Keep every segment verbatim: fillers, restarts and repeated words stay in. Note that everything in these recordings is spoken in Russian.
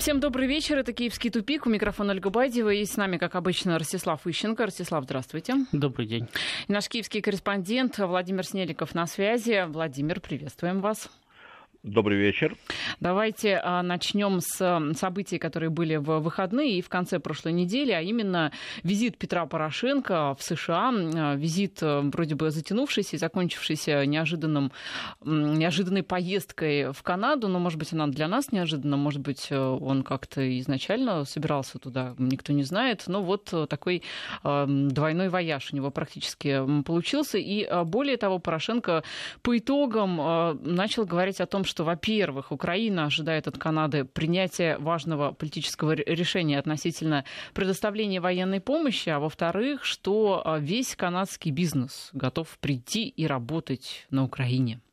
Всем добрый вечер. Это «Киевский тупик». У микрофона Ольга Бадьева. И с нами, как обычно, Ростислав Ищенко. Ростислав, здравствуйте. Добрый день. И наш киевский корреспондент Владимир Снеликов на связи. Владимир, приветствуем вас. Добрый вечер. Давайте а, начнем с событий, которые были в выходные и в конце прошлой недели, а именно визит Петра Порошенко в США, визит вроде бы затянувшийся и закончившийся неожиданным, неожиданной поездкой в Канаду, но, может быть, она для нас неожиданна, может быть, он как-то изначально собирался туда, никто не знает, но вот такой а, двойной вояж у него практически получился, и более того, Порошенко по итогам а, начал говорить о том, что, во-первых, Украина ожидает от Канады принятия важного политического решения относительно предоставления военной помощи, а во-вторых, что весь канадский бизнес готов прийти и работать на Украине.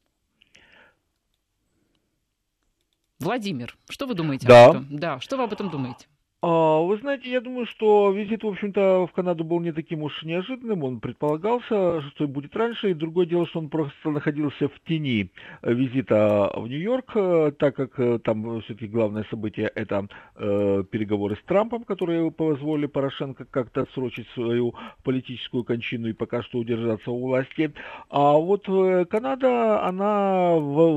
Владимир, что вы думаете да. об этом? Да, что вы об этом думаете? Вы знаете, я думаю, что визит, в общем-то, в Канаду был не таким уж неожиданным, он предполагался, что будет раньше, и другое дело, что он просто находился в тени визита в Нью-Йорк, так как там все-таки главное событие — это э, переговоры с Трампом, которые позволили Порошенко как-то отсрочить свою политическую кончину и пока что удержаться у власти. А вот Канада, она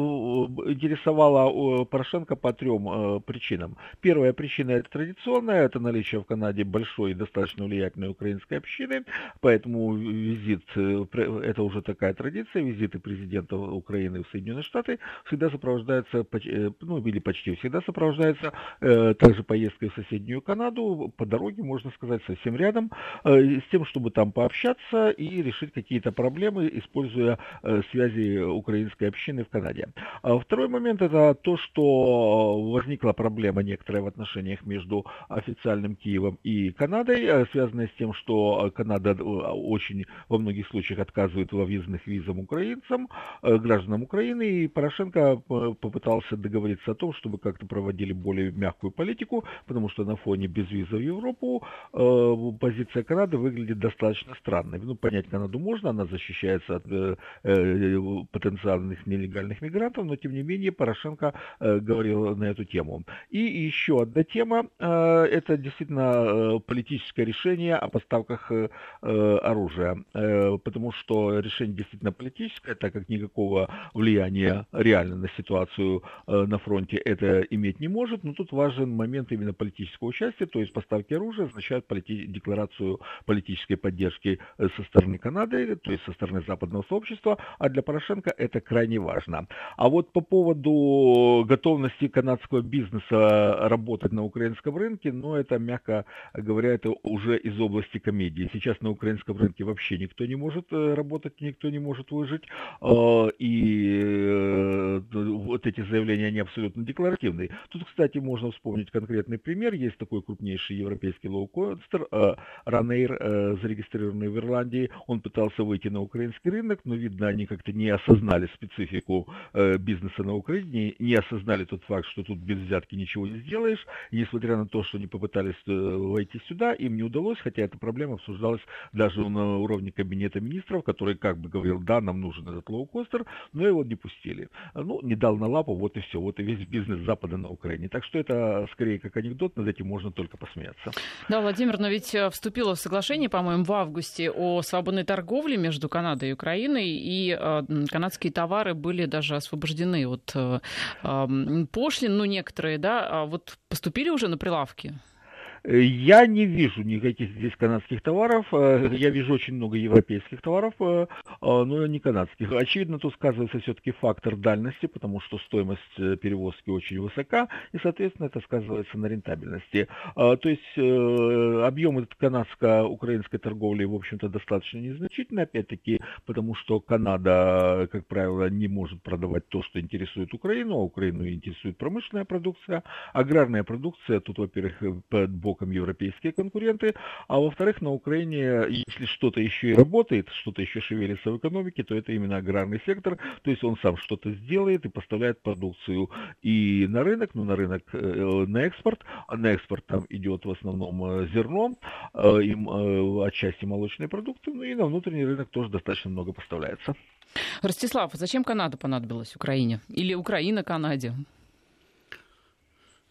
в, интересовала Порошенко по трем э, причинам. Первая причина — это традиционная. Это наличие в Канаде большой и достаточно влиятельной украинской общины, поэтому визит, это уже такая традиция, визиты президента Украины в Соединенные Штаты всегда сопровождаются, ну или почти всегда сопровождаются э, также поездкой в соседнюю Канаду, по дороге, можно сказать, совсем рядом, э, с тем, чтобы там пообщаться и решить какие-то проблемы, используя э, связи украинской общины в Канаде. А второй момент — это то, что возникла проблема некоторая в отношениях между официальным Киевом и Канадой, связанная с тем, что Канада очень во многих случаях отказывает во въездных визам украинцам, гражданам Украины, и Порошенко попытался договориться о том, чтобы как-то проводили более мягкую политику, потому что на фоне безвиза в Европу позиция Канады выглядит достаточно странной. Ну, понять Канаду можно, она защищается от потенциальных нелегальных мигрантов, но тем не менее Порошенко говорил на эту тему. И еще одна тема — это действительно политическое решение о поставках оружия, потому что решение действительно политическое, так как никакого влияния реально на ситуацию на фронте это иметь не может, но тут важен момент именно политического участия, то есть поставки оружия означают полити- декларацию политической поддержки со стороны Канады, то есть со стороны западного сообщества, а для Порошенко это крайне важно. А вот по поводу готовности канадского бизнеса работать на украинском рынке, но это, мягко говоря, это уже из области комедии. Сейчас на украинском рынке вообще никто не может работать, никто не может выжить. И вот эти заявления, они абсолютно декларативные. Тут, кстати, можно вспомнить конкретный пример. Есть такой крупнейший европейский лоукостер, Ryanair, зарегистрированный в Ирландии. Он пытался выйти на украинский рынок, но, видно, они как-то не осознали специфику бизнеса на Украине, не осознали тот факт, что тут без взятки ничего не сделаешь. И несмотря на то, что они попытались войти сюда, им не удалось, хотя эта проблема обсуждалась даже на уровне кабинета министров, который как бы говорил: да, нам нужен этот лоукостер, но его не пустили. Ну, не дал на лапу, вот и все, вот и весь бизнес Запада на Украине. Так что это скорее как анекдот, над этим можно только посмеяться. Да, Владимир, но ведь вступило в соглашение, по-моему, в августе о свободной торговле между Канадой и Украиной, и э, канадские товары были даже освобождены от э, э, пошлин, ну, некоторые, да, а вот поступили уже на прилавки? Я не вижу никаких здесь канадских товаров, я вижу очень много европейских товаров, но не канадских. Очевидно, тут сказывается все-таки фактор дальности, потому что стоимость перевозки очень высока, и, соответственно, это сказывается на рентабельности. То есть объемы канадско-украинской торговли, в общем-то, достаточно незначительны, опять-таки, потому что Канада, как правило, не может продавать то, что интересует Украину, а Украину интересует промышленная продукция, аграрная продукция, тут, во-первых, под боком европейские конкуренты, а во-вторых, на Украине, если что-то еще и работает, что-то еще шевелится в экономике, то это именно аграрный сектор, то есть он сам что-то сделает и поставляет продукцию и на рынок, ну на рынок, э, на экспорт, а на экспорт там идет в основном зерно, э, и, э, отчасти молочные продукты, ну и на внутренний рынок тоже достаточно много поставляется. Ростислав, зачем Канада понадобилась Украине? Или Украина Канаде?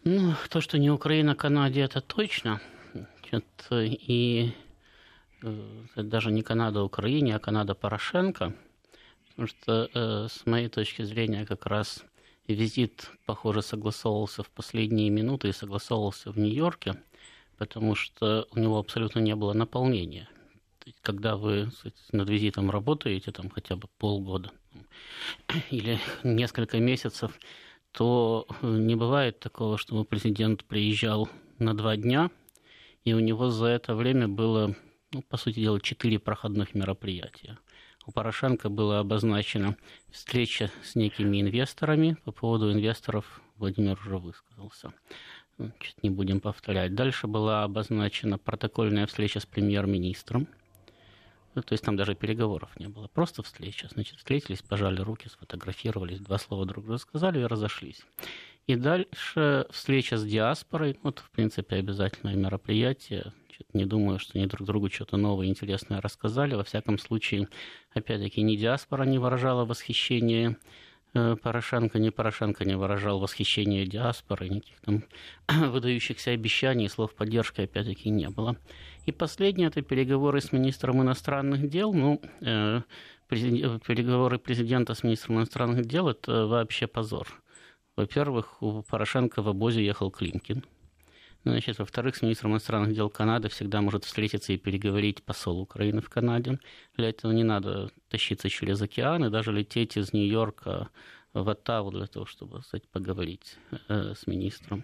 Ну, то, что не Украина, Канаде, это точно. Это и это даже не Канада Украине, а Канада Порошенко. Потому что, э, с моей точки зрения, как раз визит, похоже, согласовывался в последние минуты и согласовывался в Нью-Йорке, потому что у него абсолютно не было наполнения. Когда вы над визитом работаете, там хотя бы полгода или несколько месяцев, то не бывает такого, чтобы президент приезжал на два дня, и у него за это время было, ну, по сути дела, четыре проходных мероприятия. У Порошенко была обозначена встреча с некими инвесторами. По поводу инвесторов Владимир уже высказался. Чуть не будем повторять. Дальше была обозначена протокольная встреча с премьер-министром. Ну, то есть там даже переговоров не было. Просто встреча. Значит, встретились, пожали руки, сфотографировались, два слова друг другу сказали и разошлись. И дальше встреча с диаспорой. Вот, в принципе, обязательное мероприятие. Не думаю, что они друг другу что-то новое, интересное рассказали. Во всяком случае, опять-таки, ни диаспора не выражала восхищение Порошенко, ни Порошенко не выражал восхищение диаспоры, никаких там выдающихся обещаний, слов поддержки, опять-таки, не было. И последнее – это переговоры с министром иностранных дел. Ну, э, президент, переговоры президента с министром иностранных дел – это вообще позор. Во-первых, у Порошенко в обозе ехал Климкин. Значит, во-вторых, с министром иностранных дел Канады всегда может встретиться и переговорить посол Украины в Канаде. Для этого не надо тащиться через океан и даже лететь из Нью-Йорка в Оттаву для того, чтобы, кстати, поговорить э, с министром.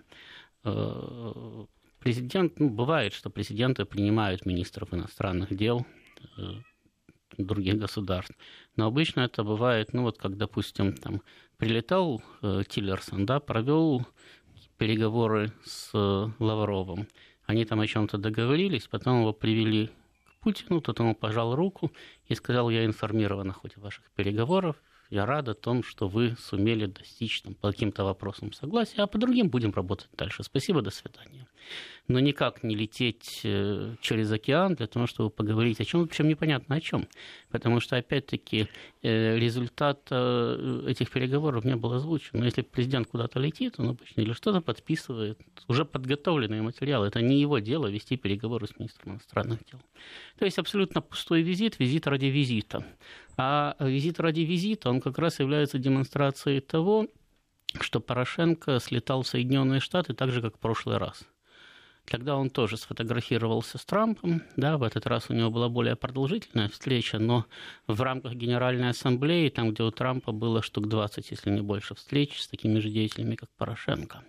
Э, президент, ну, бывает, что президенты принимают министров иностранных дел э, других государств. Но обычно это бывает, ну вот как, допустим, там прилетал э, Тиллерсон, да, провел переговоры с Лавровым. Они там о чем-то договорились, потом его привели к Путину, тот ему пожал руку и сказал: я информирован о ходе ваших переговоров, я рад о том, что вы сумели достичь там, по каким-то вопросам согласия, а по другим будем работать дальше. Спасибо, до свидания. Но никак не лететь через океан для того, чтобы поговорить о чем, причем непонятно о чем. Потому что, опять-таки, результат этих переговоров не был озвучен. Но если президент куда-то летит, он обычно или что-то подписывает, уже подготовленные материалы. Это не его дело вести переговоры с министром иностранных дел. То есть абсолютно пустой визит, визит ради визита. А визит ради визита, он как раз является демонстрацией того, что Порошенко слетал в Соединенные Штаты так же, как в прошлый раз. Тогда он тоже сфотографировался с Трампом, да, в этот раз у него была более продолжительная встреча, но в рамках Генеральной Ассамблеи, там, где у Трампа было штук двадцать, если не больше, встреч с такими же деятелями, как Порошенко.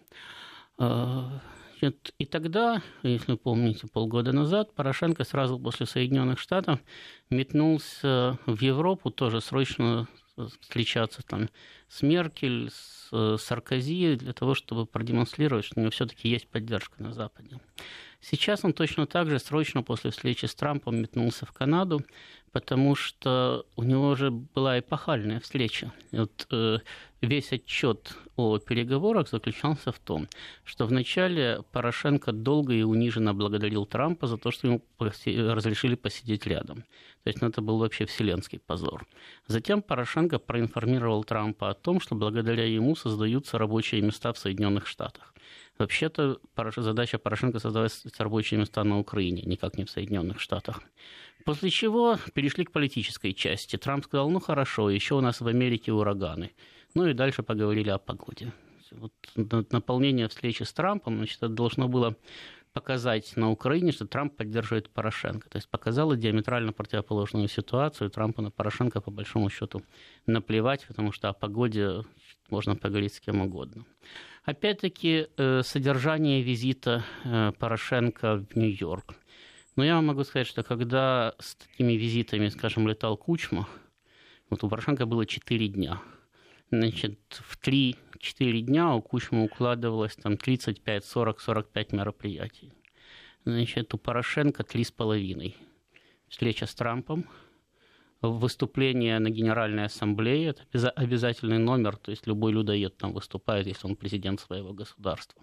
И тогда, если вы помните, полгода назад Порошенко сразу после Соединенных Штатов метнулся в Европу, тоже срочно встречаться там с Меркель, с Саркози, для того, чтобы продемонстрировать, что у него все-таки есть поддержка на Западе. Сейчас он точно так же срочно после встречи с Трампом метнулся в Канаду, потому что у него уже была эпохальная встреча. И вот, э, весь отчет о переговорах заключался в том, что вначале Порошенко долго и униженно благодарил Трампа за то, что ему разрешили посидеть рядом. То есть ну, это был вообще вселенский позор. Затем Порошенко проинформировал Трампа о том, что благодаря ему создаются рабочие места в Соединенных Штатах. Вообще-то задача Порошенко создавать рабочие места на Украине, никак не в Соединенных Штатах. После чего перешли к политической части. Трамп сказал: ну хорошо, еще у нас в Америке ураганы. Ну и дальше поговорили о погоде. Вот наполнение встречи с Трампом, значит, это должно было показать на Украине, что Трамп поддерживает Порошенко. То есть показало диаметрально противоположную ситуацию. Трампу на Порошенко, по большому счету, наплевать, потому что о погоде можно поговорить с кем угодно. Опять-таки, содержание визита Порошенко в Нью-Йорк. Но я вам могу сказать, что когда с такими визитами, скажем, летал Кучма, вот у Порошенко было четыре дня. Значит, в три-четыре дня у Кучмы укладывалось там тридцать пять, сорок, сорок пять мероприятий. Значит, у Порошенко три с половиной. Встреча с Трампом, выступление на Генеральной Ассамблее, это обязательный номер, то есть любой людоед там выступает, если он президент своего государства.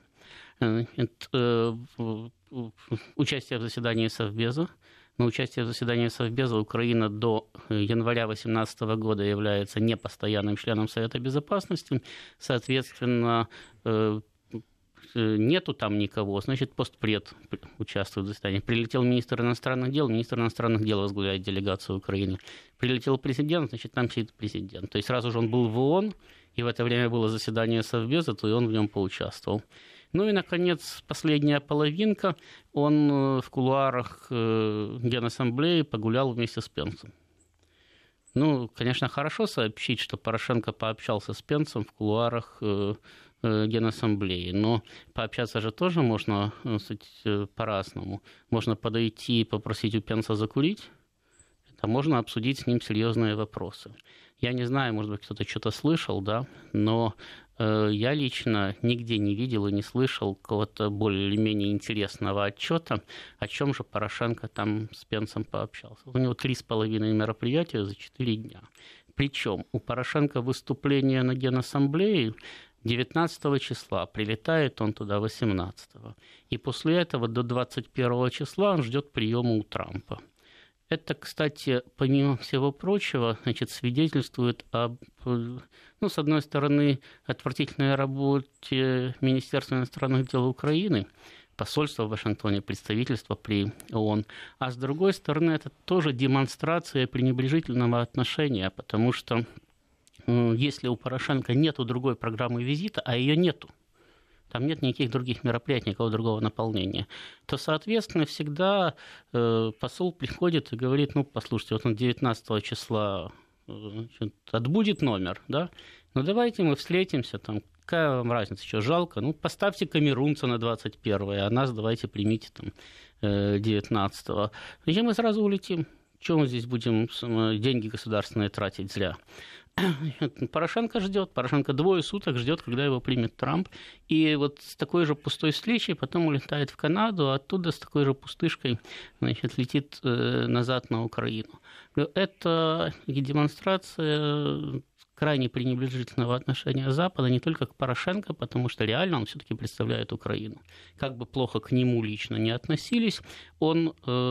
Это, участие в заседании Совбеза. На участие в заседании Совбеза Украина до января две тысячи восемнадцатого года является непостоянным членом Совета Безопасности. Соответственно, нету там никого, значит, постпред участвует в заседании. Прилетел министр иностранных дел, министр иностранных дел возглавляет делегацию Украины. Прилетел президент, значит, там сидит президент. То есть сразу же он был в ООН, и в это время было заседание Совбеза, то и он в нем поучаствовал. Ну и, наконец, последняя половинка. Он в кулуарах Генассамблеи погулял вместе с Пенсом. Ну, конечно, хорошо сообщить, что Порошенко пообщался с Пенсом в кулуарах Генассамблеи, но пообщаться же тоже можно, кстати, по-разному. Можно подойти и попросить у Пенса закурить, а можно обсудить с ним серьезные вопросы. Я не знаю, может быть, кто-то что-то слышал, да, но э, я лично нигде не видел и не слышал какого-то более или менее интересного отчета, о чем же Порошенко там с Пенсом пообщался. У него три с половиной мероприятия за четыре дня. Причем у Порошенко выступление на Генассамблее девятнадцатого числа, прилетает он туда восемнадцатого. И после этого до двадцать первого числа он ждет приема у Трампа. Это, кстати, помимо всего прочего, значит, свидетельствует об, ну, с одной стороны, отвратительной работе Министерства иностранных дел Украины, посольства в Вашингтоне, представительства при ООН, а с другой стороны, это тоже демонстрация пренебрежительного отношения, потому что если у Порошенко нету другой программы визита, а ее нету, там нет никаких других мероприятий, никакого другого наполнения, то, соответственно, всегда э, посол приходит и говорит, ну, послушайте, вот он девятнадцатого числа значит, отбудет номер, да, ну, давайте мы встретимся, там, какая вам разница, что жалко, ну, поставьте камерунца на двадцать первое, а нас давайте примите там девятнадцатого. Зачем мы сразу улетим? Чего мы здесь будем деньги государственные тратить зря? Порошенко ждет, Порошенко двое суток ждет, когда его примет Трамп, и вот с такой же пустой встречей потом улетает в Канаду, а оттуда с такой же пустышкой, значит, летит назад на Украину. Это демонстрация крайне пренебрежительного отношения Запада не только к Порошенко, потому что реально он все-таки представляет Украину. Как бы плохо к нему лично не относились, он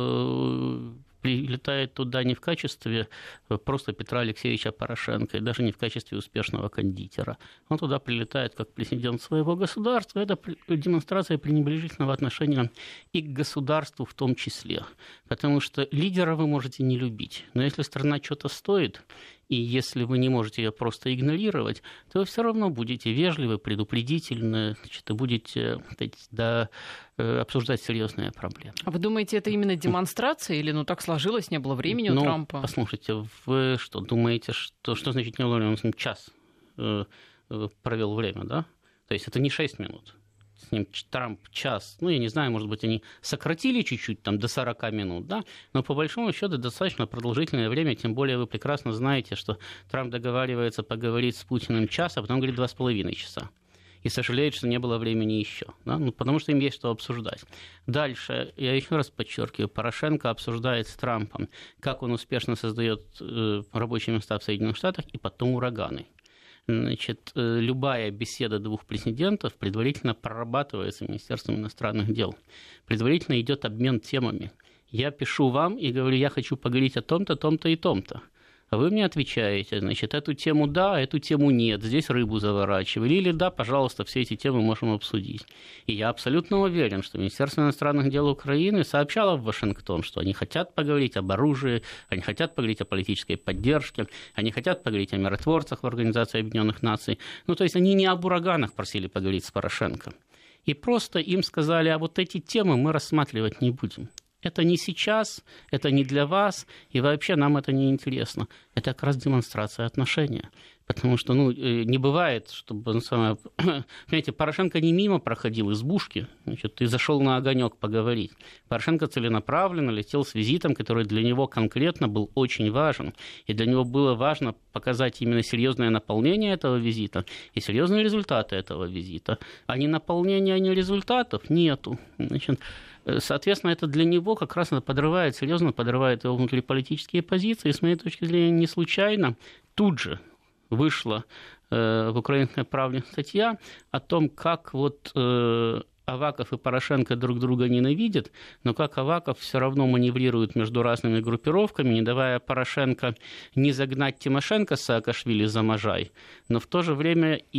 э, прилетает туда не в качестве просто Петра Алексеевича Порошенко, и даже не в качестве успешного кондитера. Он туда прилетает как президент своего государства. Это демонстрация пренебрежительного отношения и к государству в том числе. Потому что лидера вы можете не любить, но если страна что-то стоит, и если вы не можете ее просто игнорировать, то вы все равно будете вежливы, предупредительны, значит, и будете да, обсуждать серьезные проблемы. А вы думаете, это именно демонстрация, или ну так сложилось, не было времени у ну, Трампа? Послушайте, вы что, думаете, что, что значит не было времени? Он с ним час э, провел время, да? То есть это не шесть минут. С ним Трамп час, ну, я не знаю, может быть, они сократили чуть-чуть, там, до сорока минут, да, но по большому счету достаточно продолжительное время, тем более вы прекрасно знаете, что Трамп договаривается поговорить с Путиным час, а потом говорит два с половиной часа. И сожалеет, что не было времени еще, да? Ну, потому что им есть что обсуждать. Дальше, я еще раз подчеркиваю, Порошенко обсуждает с Трампом, как он успешно создает э, рабочие места в Соединенных Штатах и потом ураганы. Значит, любая беседа двух президентов предварительно прорабатывается Министерством иностранных дел. Предварительно идет обмен темами. Я пишу вам и говорю, я хочу поговорить о том-то, том-то и том-то. А вы мне отвечаете, значит, эту тему да, эту тему нет, здесь рыбу заворачивали, или да, пожалуйста, все эти темы можем обсудить. И я абсолютно уверен, что Министерство иностранных дел Украины сообщало в Вашингтон, что они хотят поговорить об оружии, они хотят поговорить о политической поддержке, они хотят поговорить о миротворцах в Организации Объединенных Наций. Ну, то есть они не об ураганах просили поговорить с Порошенко. И просто им сказали, а вот эти темы мы рассматривать не будем. Это не сейчас, это не для вас, и вообще нам это не интересно. Это как раз демонстрация отношения. Потому что, ну, не бывает, чтобы, ну, самое, понимаете, Порошенко не мимо проходил избушки, значит, и зашел на огонек поговорить. Порошенко целенаправленно летел с визитом, который для него конкретно был очень важен. И для него было важно показать именно серьезное наполнение этого визита и серьезные результаты этого визита. А не наполнения, а не результатов нету. Значит, соответственно, это для него как раз подрывает, серьезно подрывает его внутриполитические позиции. И, с моей точки зрения, не случайно тут же вышла э, в «Украинской правде» статья о том, как вот э, Аваков и Порошенко друг друга ненавидят, но как Аваков все равно маневрирует между разными группировками, не давая Порошенко не загнать Тимошенко с Саакашвили за Можай, но в то же время и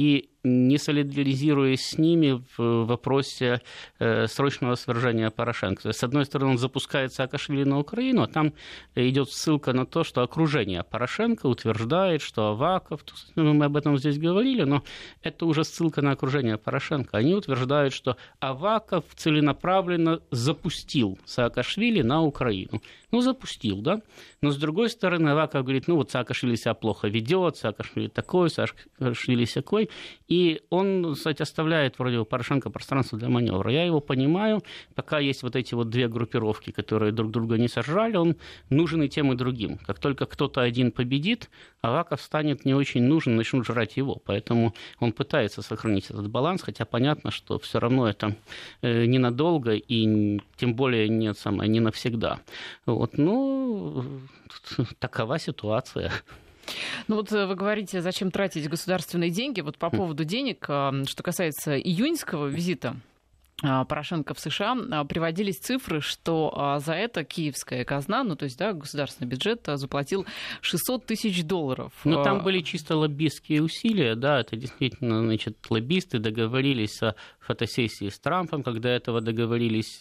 не солидаризируясь с ними в вопросе срочного свержения Порошенко. То есть, с одной стороны, он запускает Саакашвили на Украину, а там идет ссылка на то, что окружение Порошенко утверждает, что Аваков, мы об этом здесь говорили, но это уже ссылка на окружение Порошенко. Они утверждают, что Аваков целенаправленно запустил Саакашвили на Украину. Ну, запустил, да? Но, с другой стороны, Аваков говорит, ну, вот Саакашвили себя плохо ведет, Саакашвили такой, Саакашвили сякой. И он, кстати, оставляет вроде у Порошенко пространство для маневра. Я его понимаю. Пока есть вот эти вот две группировки, которые друг друга не сожрали, он нужен и тем, и другим. Как только кто-то один победит, Аваков станет не очень нужен, начнут жрать его. Поэтому он пытается сохранить этот баланс, хотя понятно, что все равно это ненадолго и тем более не, самое, не навсегда. Вот, ну, такова ситуация. Ну вот вы говорите, зачем тратить государственные деньги. Вот по поводу денег, что касается июньского визита Порошенко в США, приводились цифры, что за это киевская казна, ну то есть да, государственный бюджет заплатил шестьсот тысяч долларов. Ну там были чисто лоббистские усилия, да, это действительно, значит, лоббисты договорились о фотосессии с Трампом, когда этого договорились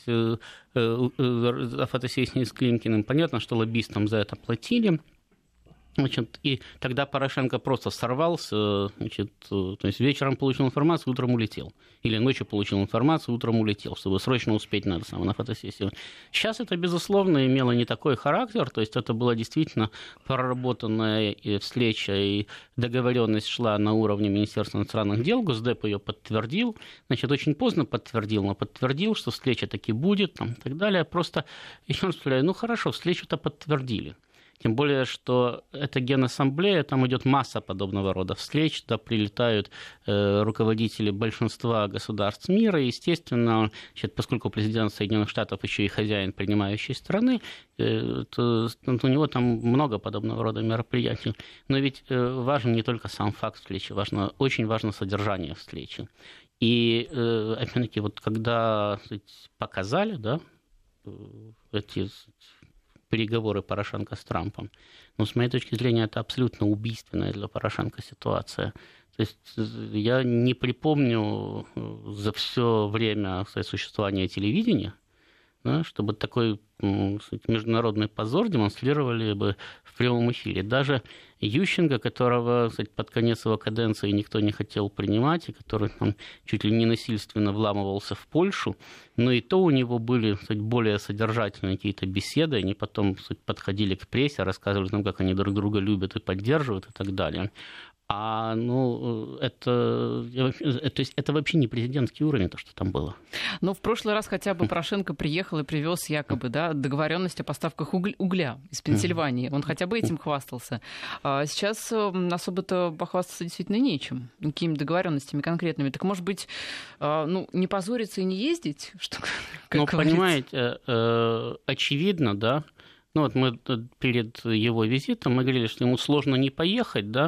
о фотосессии с Климкиным. Понятно, что лоббистам за это платили. Значит, и тогда Порошенко просто сорвался, значит, то есть вечером получил информацию, утром улетел. Или ночью получил информацию, утром улетел, чтобы срочно успеть на, на фотосессию. Сейчас это, безусловно, имело не такой характер, то есть это была действительно проработанная встреча, и договоренность шла на уровне Министерства иностранных дел, Госдеп ее подтвердил, значит, очень поздно подтвердил, но подтвердил, что встреча таки будет, там, и так далее. Просто, еще раз повторяю, ну хорошо, встречу-то подтвердили. Тем более, что это Генассамблея, там идет масса подобного рода встреч, туда прилетают э, руководители большинства государств мира, и, естественно, значит, поскольку президент Соединенных Штатов еще и хозяин принимающей страны, э, то, то у него там много подобного рода мероприятий. Но ведь э, важен не только сам факт встречи, важно, очень важно содержание встречи. И, э, опять-таки, вот когда сказать, показали, да, эти переговоры Порошенко с Трампом. Но, с моей точки зрения, это абсолютно убийственная для Порошенко ситуация. То есть я не припомню за все время существования телевидения, да, чтобы такой международный позор демонстрировали бы в прямом эфире. Даже Ющенко, которого, кстати, под конец его каденции никто не хотел принимать, и который там чуть ли не насильственно вламывался в Польшу, но и то у него были, кстати, более содержательные какие-то беседы, они потом, кстати, подходили к прессе, рассказывали нам, как они друг друга любят и поддерживают и так далее. А, ну, это, то есть это вообще не президентский уровень, то, что там было. Но в прошлый раз хотя бы Порошенко приехал и привез якобы да, договоренность о поставках угля, угля из Пенсильвании. Он хотя бы этим хвастался. А сейчас особо-то похвастаться действительно нечем, никакими договоренностями конкретными. Так, может быть, ну, не позориться и не ездить? Что, ну, понимаете, очевидно, да. Ну, вот мы перед его визитом мы говорили, что ему сложно не поехать, да,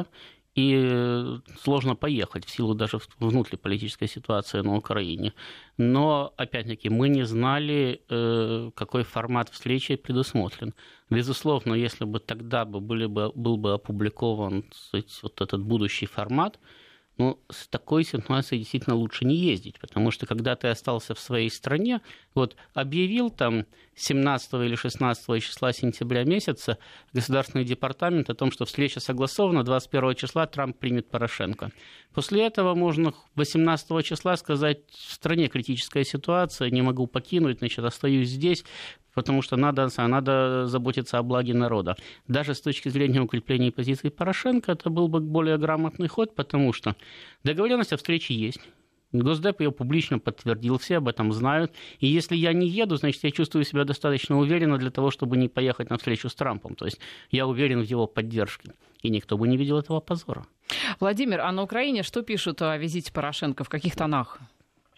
и сложно поехать в силу даже внутриполитической ситуации на Украине. Но, опять-таки, мы не знали, какой формат встречи предусмотрен. Безусловно, если бы тогда бы были бы, был бы опубликован, сказать, вот этот будущий формат, ну, с такой ситуацией действительно лучше не ездить, потому что когда ты остался в своей стране, вот объявил там семнадцатого или шестнадцатого числа сентября месяца Государственный департамент о том, что встреча согласована, двадцать первого числа Трамп примет Порошенко. После этого можно восемнадцатого числа сказать, в стране критическая ситуация, не могу покинуть, значит, остаюсь здесь, потому что надо, надо заботиться о благе народа. Даже с точки зрения укрепления позиции Порошенко это был бы более грамотный ход, потому что договоренность о встрече есть. Госдеп ее публично подтвердил, все об этом знают. И если я не еду, значит, я чувствую себя достаточно уверенно для того, чтобы не поехать на встречу с Трампом. То есть я уверен в его поддержке. И никто бы не видел этого позора. Владимир, а на Украине что пишут о визите Порошенко? В каких тонах?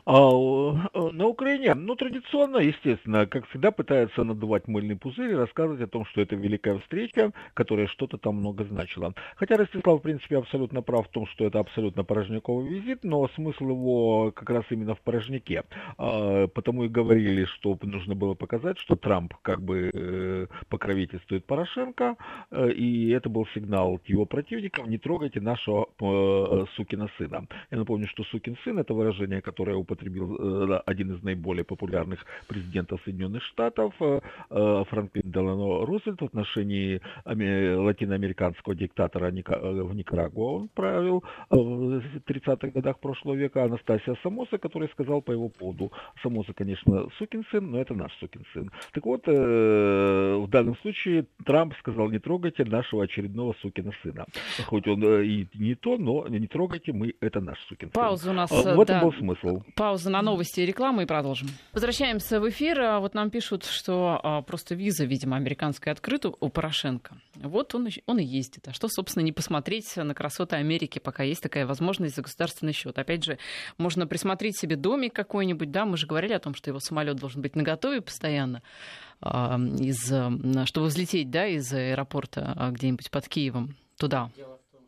А, на Украине, ну, традиционно, естественно, как всегда, пытаются надувать мыльный пузырь и рассказывать о том, что это великая встреча, которая что-то там много значила. Хотя Ростислав, в принципе, абсолютно прав в том, что это абсолютно порожняковый визит, но смысл его как раз именно в порожняке. А, потому и говорили, что нужно было показать, что Трамп как бы э, покровительствует Порошенко, э, и это был сигнал к его противникам: не трогайте нашего э, сукина сына. Я напомню, что сукин сын — это выражение, которое употребил один из наиболее популярных президентов Соединенных Штатов, Франклин Делано Рузвельт, в отношении латиноамериканского диктатора в Никарагуа. Он правил в тридцатых годах прошлого века. Анастасия Сомоза, который сказал по его поводу: Сомоза, конечно, сукин сын, но это наш сукин сын. Так вот, в данном случае Трамп сказал: не трогайте нашего очередного сукина сына. Хоть он и не то, но не трогайте, мы, это наш сукин сын. Пауза у нас. В этом да. был смысл. Пауза на новости и рекламу, и продолжим. Возвращаемся в эфир. Вот нам пишут, что а, просто виза, видимо, американская открыта у Порошенко. Вот он, он и ездит. А что, собственно, не посмотреть на красоты Америки, пока есть такая возможность за государственный счет. Опять же, можно присмотреть себе домик какой-нибудь. Да, мы же говорили о том, что его самолет должен быть наготове постоянно, а, из, чтобы взлететь, да, из аэропорта а, где-нибудь под Киевом туда. Дело в том,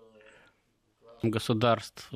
что государств,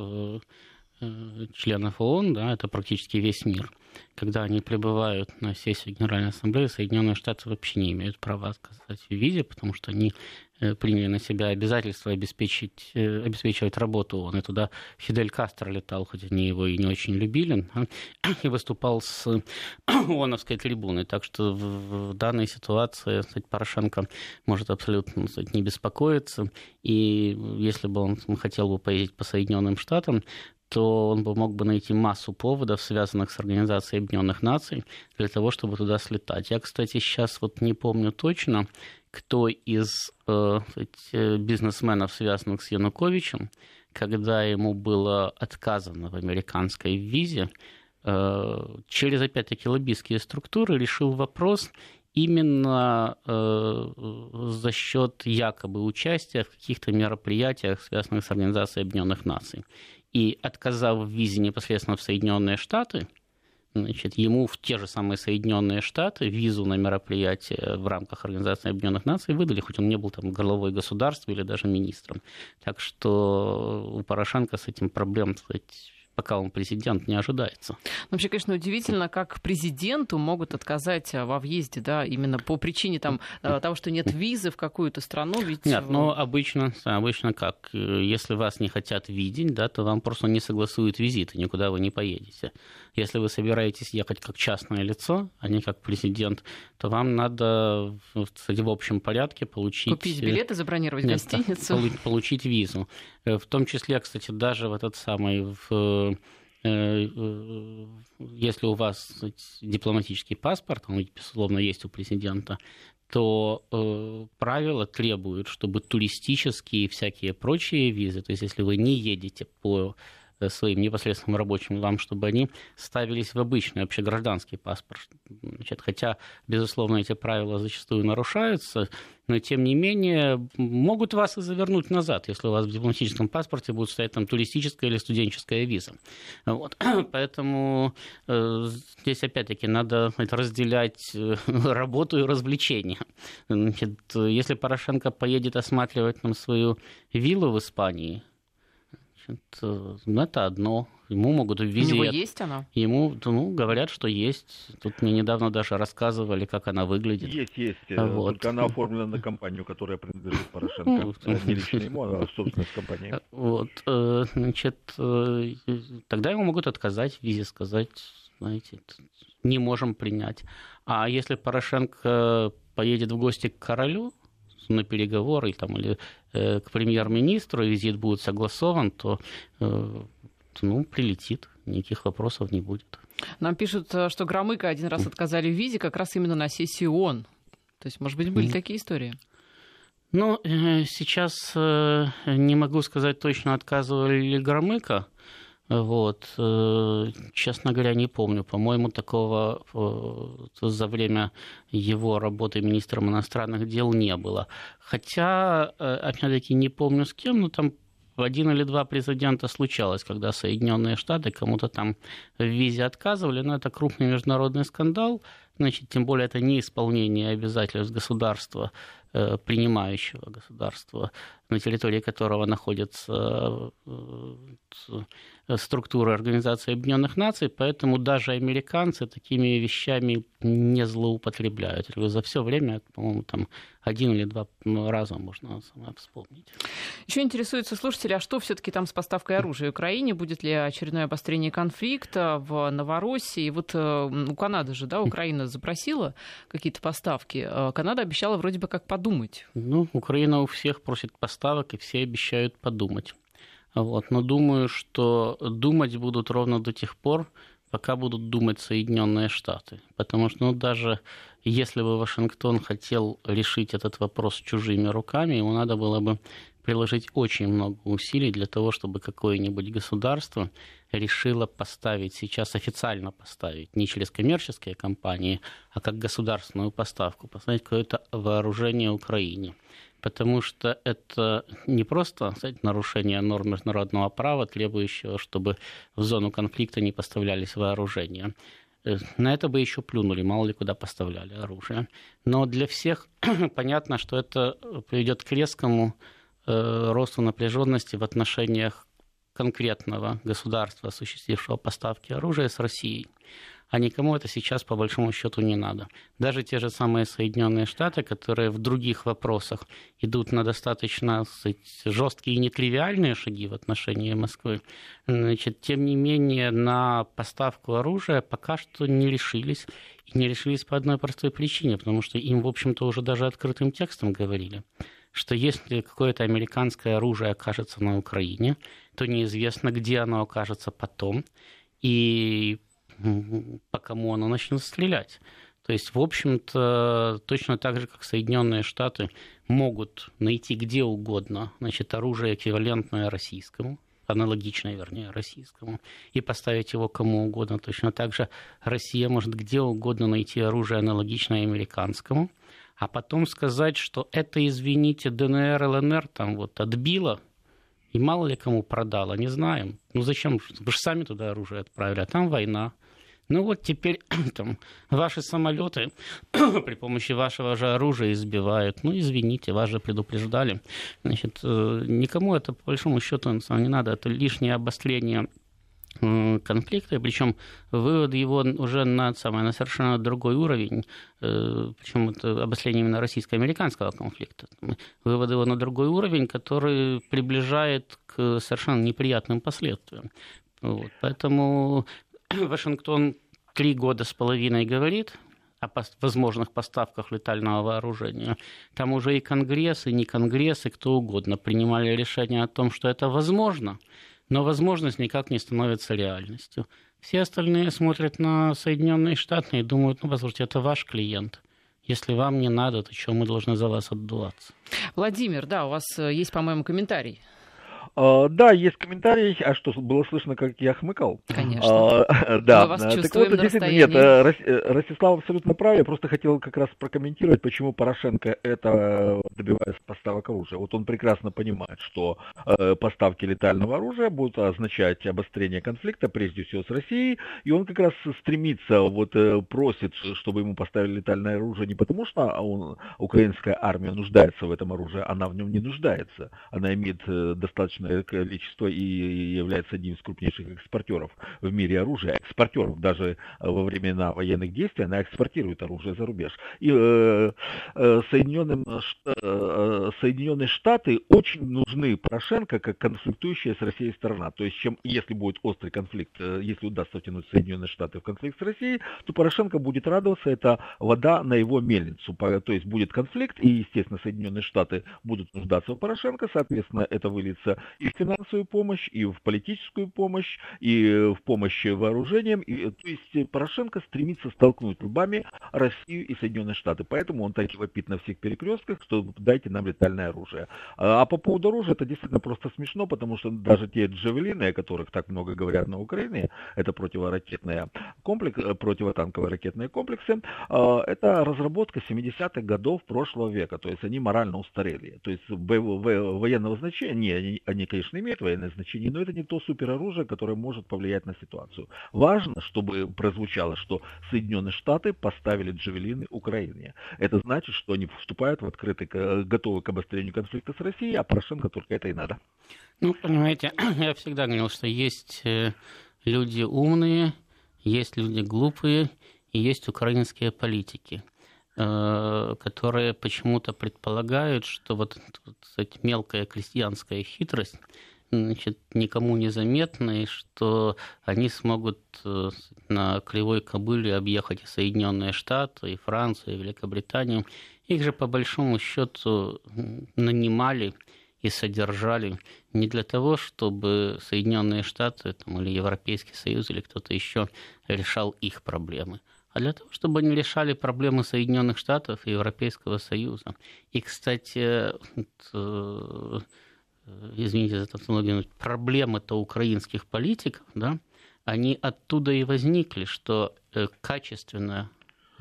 членов ООН, да, это практически весь мир. Когда они прибывают на сессию Генеральной Ассамблеи, Соединенные Штаты вообще не имеют права отказать в визе, потому что они приняли на себя обязательство обеспечить, обеспечивать работу ООН. И туда Фидель Кастро летал, хоть они его и не очень любили, и выступал с ООНовской трибуны. Так что в данной ситуации, кстати, Порошенко может абсолютно, кстати, не беспокоиться. И если бы он хотел бы поездить по Соединенным Штатам, то он бы мог бы найти массу поводов, связанных с Организацией Объединенных Наций, для того, чтобы туда слетать. Я, кстати, сейчас вот не помню точно, кто из э, бизнесменов, связанных с Януковичем, когда ему было отказано в американской визе, э, через, опять-таки, лоббистские структуры решил вопрос именно э, за счет якобы участия в каких-то мероприятиях, связанных с Организацией Объединенных Наций. И отказав в визе непосредственно в Соединенные Штаты, значит, ему в те же самые Соединенные Штаты визу на мероприятие в рамках Организации Объединенных Наций выдали, хоть он не был там главой государства или даже министром. Так что у Порошенко с этим проблем, кстати, пока он президент, не ожидается. Вообще, конечно, удивительно, как президенту могут отказать во въезде, да, именно по причине там, того, что нет визы в какую-то страну. Ведь... Нет, но обычно, обычно как? Если вас не хотят видеть, да, то вам просто не согласуют визит, и никуда вы не поедете. Если вы собираетесь ехать как частное лицо, а не как президент, то вам надо, кстати, в общем порядке получить... Купить билеты, забронировать Нет, гостиницу. Получить визу. В том числе, кстати, даже в этот самый... В... Если у вас дипломатический паспорт, он, безусловно, есть у президента, то э, правила требуют, чтобы туристические и всякие прочие визы, то есть если вы не едете по своим непосредственным рабочим вам, чтобы они ставились в обычный общегражданский паспорт. Значит, хотя, безусловно, эти правила зачастую нарушаются, но, тем не менее, могут вас и завернуть назад, если у вас в дипломатическом паспорте будет стоять там туристическая или студенческая виза. Вот. Поэтому э, здесь, опять-таки, надо разделять работу и развлечения. Значит, если Порошенко поедет осматривать нам свою виллу в Испании, ну, это одно. Ему могут в визе... У него есть она? Ему, ну, говорят, что есть. Тут мне недавно даже рассказывали, как она выглядит. Есть, есть. Вот. Только она оформлена на компанию, которая принадлежит Порошенко. Не лично ему, а собственность компании. Вот. Значит, тогда ему могут отказать в визе, сказать, знаете, не можем принять. А если Порошенко поедет в гости к королю на переговоры там, или э, к премьер-министру, и визит будет согласован, то э, ну, прилетит, никаких вопросов не будет. Нам пишут, что Громыко один раз отказали в визе как раз именно на сессии ООН. То есть, может быть, были mm. такие истории? Ну, э, сейчас э, не могу сказать точно, отказывали ли Громыко. Вот. Честно говоря, не помню. По-моему, такого за время его работы министром иностранных дел не было. Хотя, опять-таки, не помню с кем, но там один или два прецедента случалось, когда Соединенные Штаты кому-то там в визе отказывали, но это крупный международный скандал, значит, тем более это не исполнение обязательств государства, принимающего государства, на территории которого находится структура Организации Объединенных Наций, поэтому даже американцы такими вещами не злоупотребляют. За все время, по-моему, там один или два раза можно вспомнить. Еще интересуются слушатели, а что все-таки там с поставкой оружия Украине? Будет ли очередное обострение конфликта в Новороссии? Вот у Канады же, да, Украина запросила какие-то поставки. Канада обещала вроде бы как подумать. Ну, Украина у всех просит поставок, и все обещают подумать. Вот. Но думаю, что думать будут ровно до тех пор, пока будут думать Соединенные Штаты. Потому что ну, даже если бы Вашингтон хотел решить этот вопрос чужими руками, ему надо было бы приложить очень много усилий для того, чтобы какое-нибудь государство решило поставить, сейчас официально поставить, не через коммерческие компании, а как государственную поставку, поставить какое-то вооружение Украине. Потому что это не просто, кстати, нарушение норм международного права, требующего, чтобы в зону конфликта не поставлялись вооружения. На это бы еще плюнули, мало ли куда поставляли оружие. Но для всех понятно, что это приведет к резкому э, росту напряженности в отношениях конкретного государства, осуществившего поставки оружия, с Россией. А никому это сейчас, по большому счету, не надо. Даже те же самые Соединенные Штаты, которые в других вопросах идут на достаточно, сказать, жесткие и нетривиальные шаги в отношении Москвы, значит, тем не менее на поставку оружия пока что не решились. И не решились по одной простой причине, потому что им, в общем-то, уже даже открытым текстом говорили, что если какое-то американское оружие окажется на Украине, то неизвестно, где оно окажется потом, и по кому оно начнет стрелять. То есть, в общем-то, точно так же, как Соединенные Штаты могут найти где угодно, значит, оружие эквивалентное российскому, аналогичное, вернее, российскому, и поставить его кому угодно. Точно так же Россия может где угодно найти оружие аналогичное американскому, а потом сказать, что это, извините, ДНР, ЛНР там вот отбило, и мало ли кому продало, не знаем. Ну зачем? Вы же сами туда оружие отправили, а там война. Ну вот теперь там, ваши самолеты при помощи вашего же оружия избивают. Ну, извините, вас же предупреждали. Значит, никому это, по большому счету, не надо. Это лишнее обострение конфликта, причем вывод его уже на, самое, на совершенно другой уровень, причем это обострение именно российско-американского конфликта. Вывод его на другой уровень, который приближает к совершенно неприятным последствиям. Вот. Поэтому Вашингтон три года с половиной говорит о возможных поставках летального вооружения. Там уже и Конгресс, и не Конгресс, и кто угодно принимали решение о том, что это возможно, но возможность никак не становится реальностью. Все остальные смотрят на Соединенные Штаты и думают, ну, послушайте, это ваш клиент. Если вам не надо, то что мы должны за вас отдуваться? Владимир, да, у вас есть, по-моему, комментарий. Uh, да, есть комментарий. А что, было слышно, как я хмыкал? Конечно. Uh, да. Мы вас так чувствуем вот, на действительно, расстоянии. нет, Ростислав абсолютно прав. Я просто хотел как раз прокомментировать, почему Порошенко это добивается поставок оружия. Вот он прекрасно понимает, что uh, поставки летального оружия будут означать обострение конфликта, прежде всего с Россией, и он как раз стремится, вот просит, чтобы ему поставили летальное оружие не потому, что он, украинская армия нуждается в этом оружии, она в нем не нуждается. Она имеет достаточно количество и является одним из крупнейших экспортеров в мире оружия. Экспортеров даже во времена военных действий она экспортирует оружие за рубеж. И э, э, Соединенным, э, Соединенные Штаты очень нужны Порошенко как конфликтующая с Россией сторона. То есть, чем, если будет острый конфликт, э, если удастся втянуть Соединенные Штаты в конфликт с Россией, то Порошенко будет радоваться, это вода на его мельницу. То есть будет конфликт, и, естественно, Соединенные Штаты будут нуждаться в Порошенко, соответственно, это выльется и в финансовую помощь, и в политическую помощь, и в помощь вооружениям. И, то есть Порошенко стремится столкнуть лбами Россию и Соединенные Штаты. Поэтому он так и вопит на всех перекрестках, что дайте нам летальное оружие. А по поводу оружия это действительно просто смешно, потому что даже те джавелины, о которых так много говорят на Украине, это противоракетные комплексы, противотанковые ракетные комплексы, это разработка семидесятых годов прошлого века. То есть они морально устарели. То есть военного значения, они они, конечно, имеют военное значение, но это не то супероружие, которое может повлиять на ситуацию. Важно, чтобы прозвучало, что Соединенные Штаты поставили джавелины Украине. Это значит, что они вступают в открытый, готовы к обострению конфликта с Россией, а Порошенко только это и надо. Ну, понимаете, я всегда говорил, что есть люди умные, есть люди глупые и есть украинские политики, которые почему-то предполагают, что вот, вот эта мелкая крестьянская хитрость, значит, никому не заметна, и что они смогут на кривой кобыле объехать и Соединенные Штаты, и Францию, и Великобританию. Их же по большому счету нанимали и содержали не для того, чтобы Соединенные Штаты там, или Европейский Союз, или кто-то еще решал их проблемы, а для того, чтобы они решали проблемы Соединенных Штатов и Европейского Союза. И, кстати, вот, извините за тавтологию, проблемы-то украинских политиков, да, они оттуда и возникли, что качественно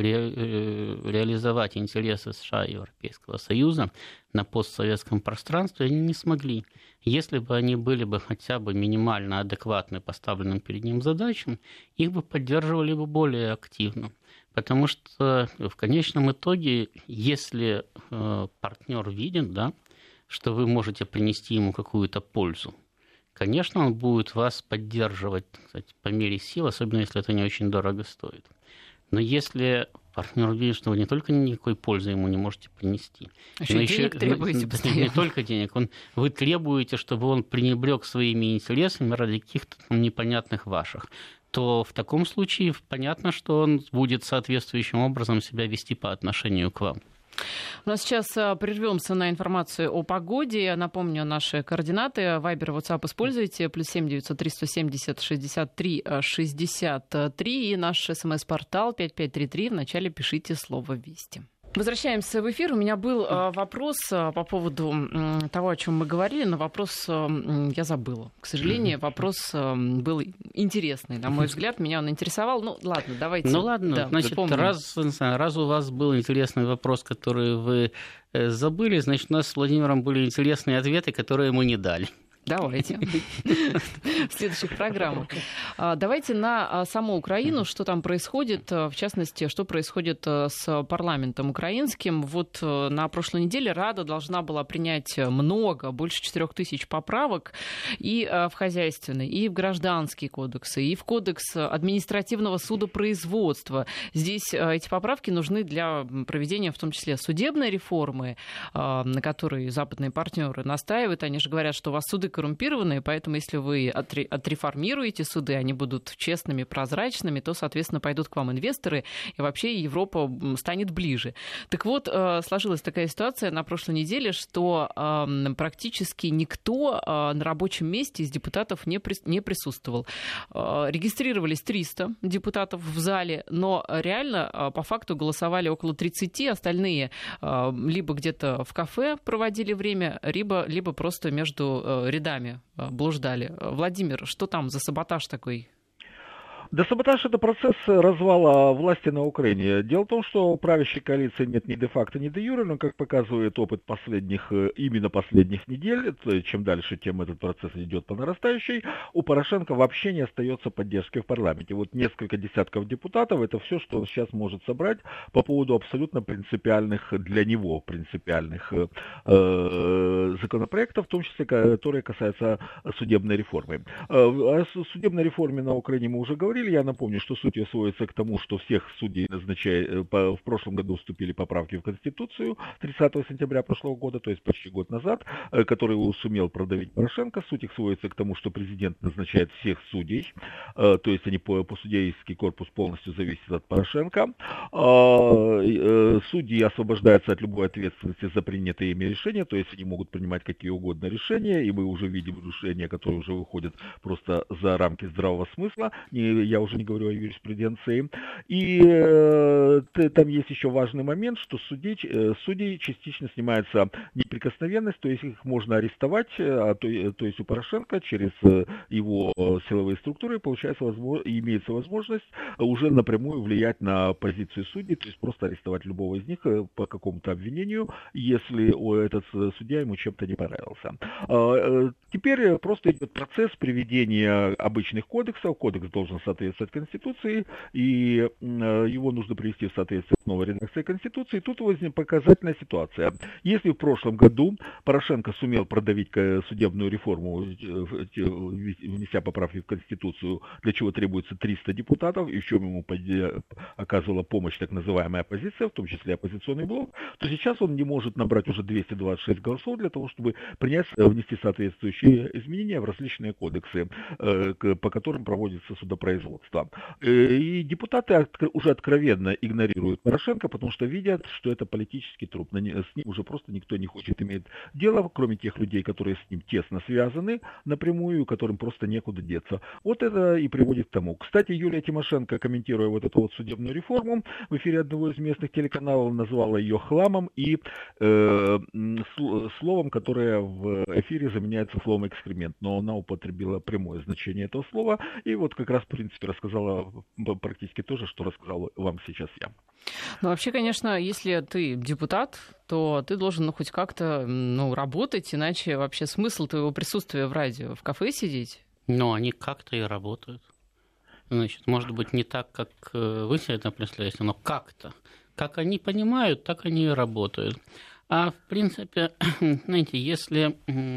реализовать интересы США и Европейского Союза на постсоветском пространстве они не смогли. Если бы они были бы хотя бы минимально адекватны поставленным перед ним задачам, их бы поддерживали бы более активно. Потому что в конечном итоге, если партнер видит, да, что вы можете принести ему какую-то пользу, конечно, он будет вас поддерживать, кстати, по мере сил, особенно если это не очень дорого стоит. Но если партнер видит, что вы не только никакой пользы ему не можете принести, еще но денег еще требуете постоянно. Не только денег, он, вы требуете, чтобы он пренебрег своими интересами ради каких-то там непонятных ваших, то в таком случае понятно, что он будет соответствующим образом себя вести по отношению к вам. У нас сейчас прервемся на информацию о погоде. Напомню, наши координаты. Вайбер, WhatsApp используйте. Плюс семь девятьсот триста семьдесят шестьдесят три шестьдесят три. И наш смс-портал пять пять три три. Вначале пишите слово «Вести». Возвращаемся в эфир. У меня был э, вопрос э, по поводу э, того, о чем мы говорили, но вопрос э, я забыла. К сожалению, вопрос э, был интересный, на мой взгляд. Меня он интересовал. Ну, ладно, давайте. Ну, ладно, да, значит, раз, раз у вас был интересный вопрос, который вы забыли, значит, у нас с Владимиром были интересные ответы, которые ему не дали. Давайте. В следующих программах. Давайте на саму Украину, что там происходит, в частности, что происходит с парламентом украинским. Вот на прошлой неделе Рада должна была принять много, больше четырех тысяч поправок и в хозяйственный, и в гражданские кодексы, и в кодекс административного судопроизводства. Здесь эти поправки нужны для проведения, в том числе, судебной реформы, на которой западные партнеры настаивают. Они же говорят, что у вас суды коррумпированные, поэтому если вы отреформируете суды, они будут честными, прозрачными, то, соответственно, пойдут к вам инвесторы, и вообще Европа станет ближе. Так вот, сложилась такая ситуация на прошлой неделе, что практически никто на рабочем месте из депутатов не присутствовал. Регистрировались триста депутатов в зале, но реально по факту голосовали около тридцати, остальные либо где-то в кафе проводили время, либо, либо просто между рядами блуждали. Владимир, что там за саботаж такой? Да, саботаж – это процесс развала власти на Украине. Дело в том, что правящей коалиции нет ни де-факто, ни де-юре, но, как показывает опыт последних, именно последних недель, чем дальше, тем этот процесс идет по нарастающей, у Порошенко вообще не остается поддержки в парламенте. Вот несколько десятков депутатов – это все, что он сейчас может собрать по поводу абсолютно принципиальных, для него принципиальных э, законопроектов, в том числе, которые касаются судебной реформы. О судебной реформе на Украине мы уже говорили. Я напомню, что суть ее сводится к тому, что всех судей назначает, в прошлом году вступили поправки в Конституцию тридцатого сентября прошлого года, то есть почти год назад, который сумел продавить Порошенко. Суть их сводится к тому, что президент назначает всех судей, то есть они по, по судейский корпус полностью зависит от Порошенко. Судьи освобождаются от любой ответственности за принятые ими решения, то есть они могут принимать какие угодно решения, и мы уже видим решения, которые уже выходят просто за рамки здравого смысла. Я уже не говорю о юриспруденции. И э, там есть еще важный момент, что судей, судей частично снимается неприкосновенность, то есть их можно арестовать, а то, то есть у Порошенко через его силовые структуры получается возможно, имеется возможность уже напрямую влиять на позицию судей, то есть просто арестовать любого из них по какому-то обвинению, если этот судья ему чем-то не понравился. Теперь просто идет процесс приведения обычных кодексов. Кодекс должен соответствовать Конституции, и его нужно привести в соответствие с новой редакцией Конституции. Тут возникла показательная ситуация. Если в прошлом году Порошенко сумел продавить судебную реформу, внеся поправки в Конституцию, для чего требуется триста депутатов, и в чем ему оказывала помощь так называемая оппозиция, в том числе оппозиционный блок, то сейчас он не может набрать уже двести двадцать шесть голосов для того, чтобы принять, внести соответствующие изменения в различные кодексы, по которым проводится судопроизводство. И депутаты уже откровенно игнорируют Порошенко, потому что видят, что это политический труп. С ним уже просто никто не хочет иметь дело, кроме тех людей, которые с ним тесно связаны напрямую, которым просто некуда деться. Вот это и приводит к тому. Кстати, Юлия Тимошенко, комментируя вот эту вот судебную реформу, в эфире одного из местных телеканалов назвала ее хламом и э, словом, которое в эфире заменяется словом экскремент. Но она употребила прямое значение этого слова и вот как раз, в принципе, рассказала практически то же, что рассказал вам сейчас я. Ну, вообще, конечно, если ты депутат, то ты должен ну, хоть как-то ну, работать, иначе вообще смысл твоего присутствия в радио, в кафе сидеть? Ну, они как-то и работают. Значит, может быть, не так, как вы себе это представляете, но как-то. Как они понимают, так они и работают. А, в принципе, знаете, если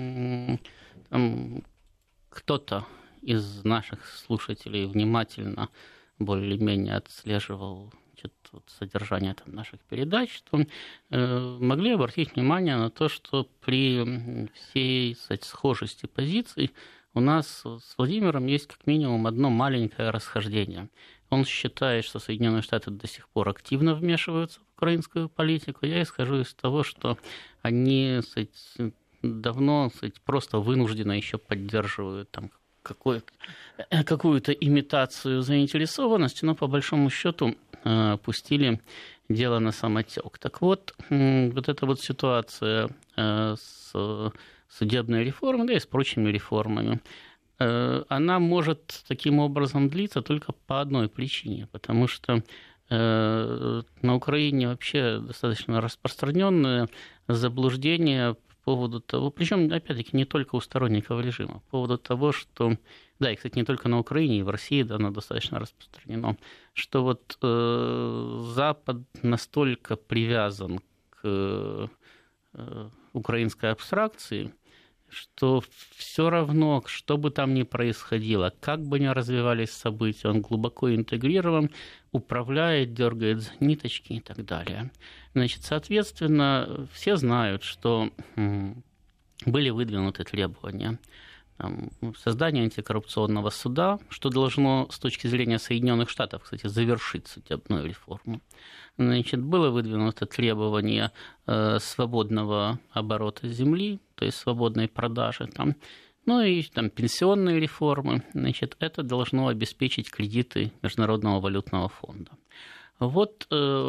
там, кто-то из наших слушателей внимательно более-менее отслеживал вот, содержание там, наших передач, то э, могли обратить внимание на то, что при всей, кстати, схожести позиций у нас с Владимиром есть как минимум одно маленькое расхождение. Он считает, что Соединенные Штаты до сих пор активно вмешиваются в украинскую политику. Я исхожу из того, что они, кстати, давно, кстати, просто вынужденно еще поддерживают там, какую-то имитацию заинтересованности, но по большому счету пустили дело на самотек. Так вот, вот эта вот ситуация с судебной реформой, да и с прочими реформами, она может таким образом длиться только по одной причине, потому что на Украине вообще достаточно распространенное заблуждение по поводу того, причем, опять-таки, не только у сторонников режима, по поводу того, что, да, и, кстати, не только на Украине, и в России да, оно достаточно распространено, что вот э, Запад настолько привязан к э, украинской абстракции, что все равно, что бы там ни происходило, как бы ни развивались события, он глубоко интегрирован, управляет, дергает за ниточки и так далее. Значит, соответственно, все знают, что были выдвинуты требования там, создания антикоррупционного суда, что должно с точки зрения Соединенных Штатов, кстати, завершить судебную реформу. Значит, было выдвинуто требование э, свободного оборота земли, то есть свободной продажи, там, ну и там, пенсионные реформы. Значит, это должно обеспечить кредиты Международного валютного фонда. Вот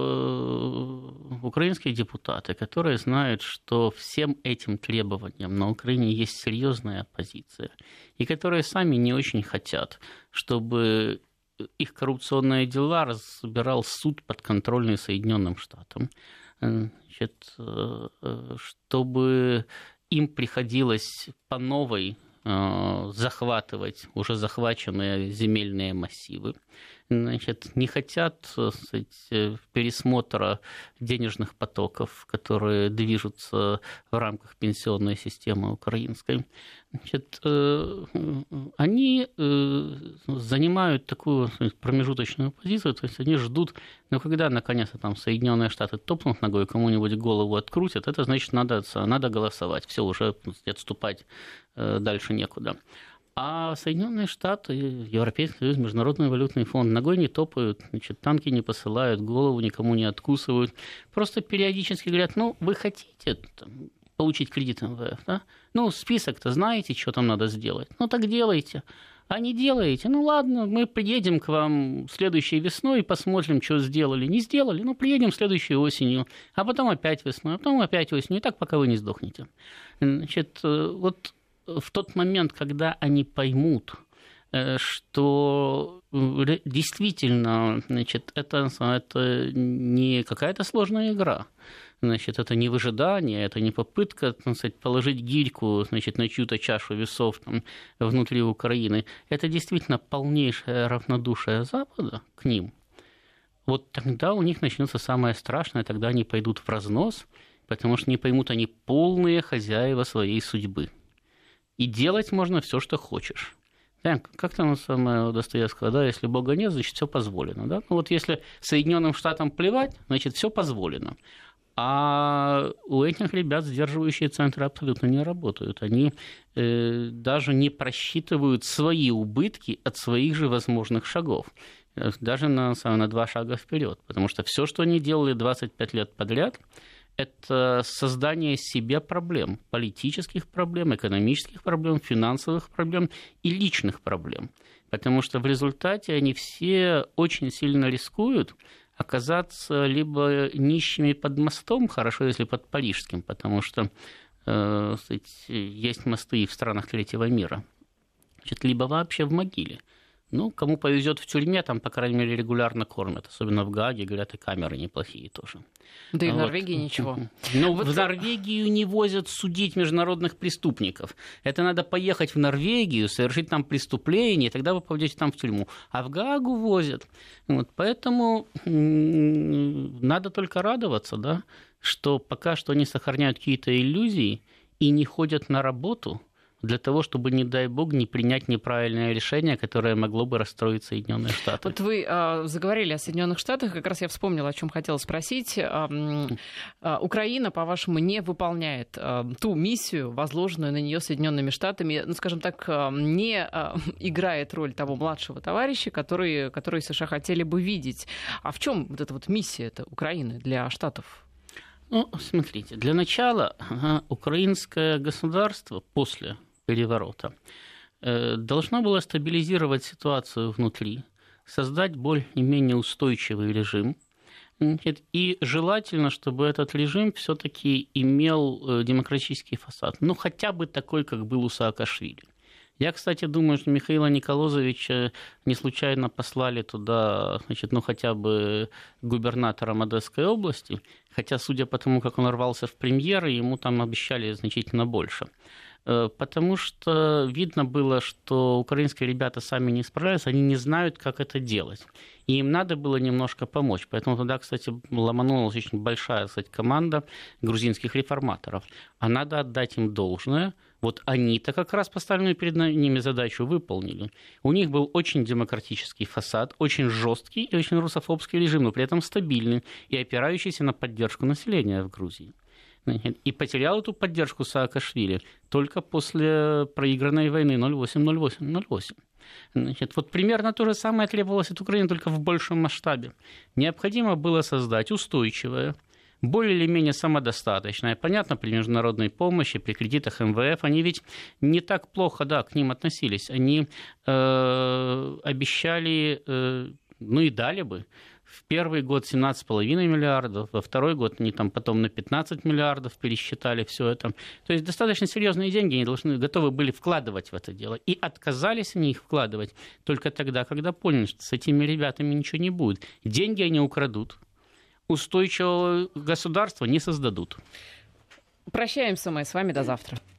э, украинские депутаты, которые знают, что всем этим требованиям на Украине есть серьезная оппозиция, и которые сами не очень хотят, чтобы их коррупционные дела разбирал суд, подконтрольный Соединенным Штатам, значит, чтобы им приходилось по новой захватывать уже захваченные земельные массивы. Значит, не хотят, сказать, пересмотра денежных потоков, которые движутся в рамках пенсионной системы украинской. Значит, они занимают такую промежуточную позицию, то есть они ждут, ну, когда наконец-то там Соединенные Штаты топнут ногой, кому-нибудь голову открутят, это значит, надо, надо голосовать, все, уже отступать дальше некуда. А Соединенные Штаты, Европейский Союз, Международный валютный фонд ногой не топают, значит, танки не посылают, голову никому не откусывают. Просто периодически говорят, ну, вы хотите там, получить кредит эм вэ эф, да? Ну, список-то знаете, что там надо сделать? Ну, так делайте. А не делаете? Ну ладно, мы приедем к вам следующей весной и посмотрим, что сделали. Не сделали? Ну, приедем следующей осенью, а потом опять весной, а потом опять осенью, и так, пока вы не сдохнете. Значит, вот в тот момент, когда они поймут, что действительно, значит, это, это не какая-то сложная игра, значит, это не выжидание, это не попытка, так сказать, положить гирьку, значит, на чью-то чашу весов там, внутри Украины, это действительно полнейшее равнодушие Запада к ним, вот тогда у них начнется самое страшное, тогда они пойдут в разнос, потому что не поймут, они полные хозяева своей судьбы. И делать можно все, что хочешь. Да, как там самое у Достоевского, да, если Бога нет, значит, все позволено. Да? Ну вот если Соединенным Штатам плевать, значит, все позволено. А у этих ребят сдерживающие центры абсолютно не работают. Они э, даже не просчитывают свои убытки от своих же возможных шагов. Даже на, на два шага вперед. Потому что все, что они делали двадцать пять лет подряд, это создание себе проблем, политических проблем, экономических проблем, финансовых проблем и личных проблем. Потому что в результате они все очень сильно рискуют оказаться либо нищими под мостом, хорошо, если под Парижским, потому что э, есть мосты и в странах третьего мира, значит, либо вообще в могиле. Ну, кому повезет в тюрьме, там, по крайней мере, регулярно кормят. Особенно в Гааге, говорят, и камеры неплохие тоже. Да и в вот. Норвегии ничего. Ну, вот... в Норвегию не возят судить международных преступников. Это надо поехать в Норвегию, совершить там преступление, и тогда вы попадете там в тюрьму. А в Гаагу возят. Вот, поэтому надо только радоваться, да, что пока что они сохраняют какие-то иллюзии и не ходят на работу для того, чтобы, не дай бог, не принять неправильное решение, которое могло бы расстроить Соединенные Штаты. Вот вы э, заговорили о Соединенных Штатах, как раз я вспомнила, о чем хотела спросить. Э, э, Украина, по-вашему, не выполняет э, ту миссию, возложенную на нее Соединенными Штатами, ну, скажем так, э, не э, играет роль того младшего товарища, который, который США хотели бы видеть. А в чем вот эта вот миссия Украины для Штатов? Ну, смотрите, для начала ага, украинское государство после переворота э, должно было стабилизировать ситуацию внутри, создать более-менее устойчивый режим. И желательно, чтобы этот режим все-таки имел демократический фасад. Ну, хотя бы такой, как был у Саакашвили. Я, кстати, думаю, что Михаила Николозовича не случайно послали туда, значит, ну, хотя бы губернатором Одесской области, хотя, судя по тому, как он рвался в премьеры, ему там обещали значительно больше. Потому что видно было, что украинские ребята сами не справляются, они не знают, как это делать. И им надо было немножко помочь. Поэтому туда, кстати, ломанулась очень большая, кстати, команда грузинских реформаторов. А надо отдать им должное. Вот они-то как раз поставленную перед ними задачу выполнили. У них был очень демократический фасад, очень жесткий и очень русофобский режим, но при этом стабильный и опирающийся на поддержку населения в Грузии. И потерял эту поддержку Саакашвили только после проигранной войны ноль восемь ноль восемь ноль восемь. Значит, вот примерно то же самое требовалось от Украины, только в большем масштабе. Необходимо было создать устойчивое, более или менее самодостаточное, понятно, при международной помощи, при кредитах эм вэ эф, они ведь не так плохо, да, к ним относились. Они э, обещали, э, ну и дали бы, в первый год семнадцать целых пять десятых миллиардов, во второй год они там потом на пятнадцать миллиардов пересчитали все это. То есть достаточно серьезные деньги они должны, готовы были вкладывать в это дело. И отказались они их вкладывать только тогда, когда поняли, что с этими ребятами ничего не будет. Деньги они украдут, устойчивого государства не создадут. Прощаемся мы с вами до завтра.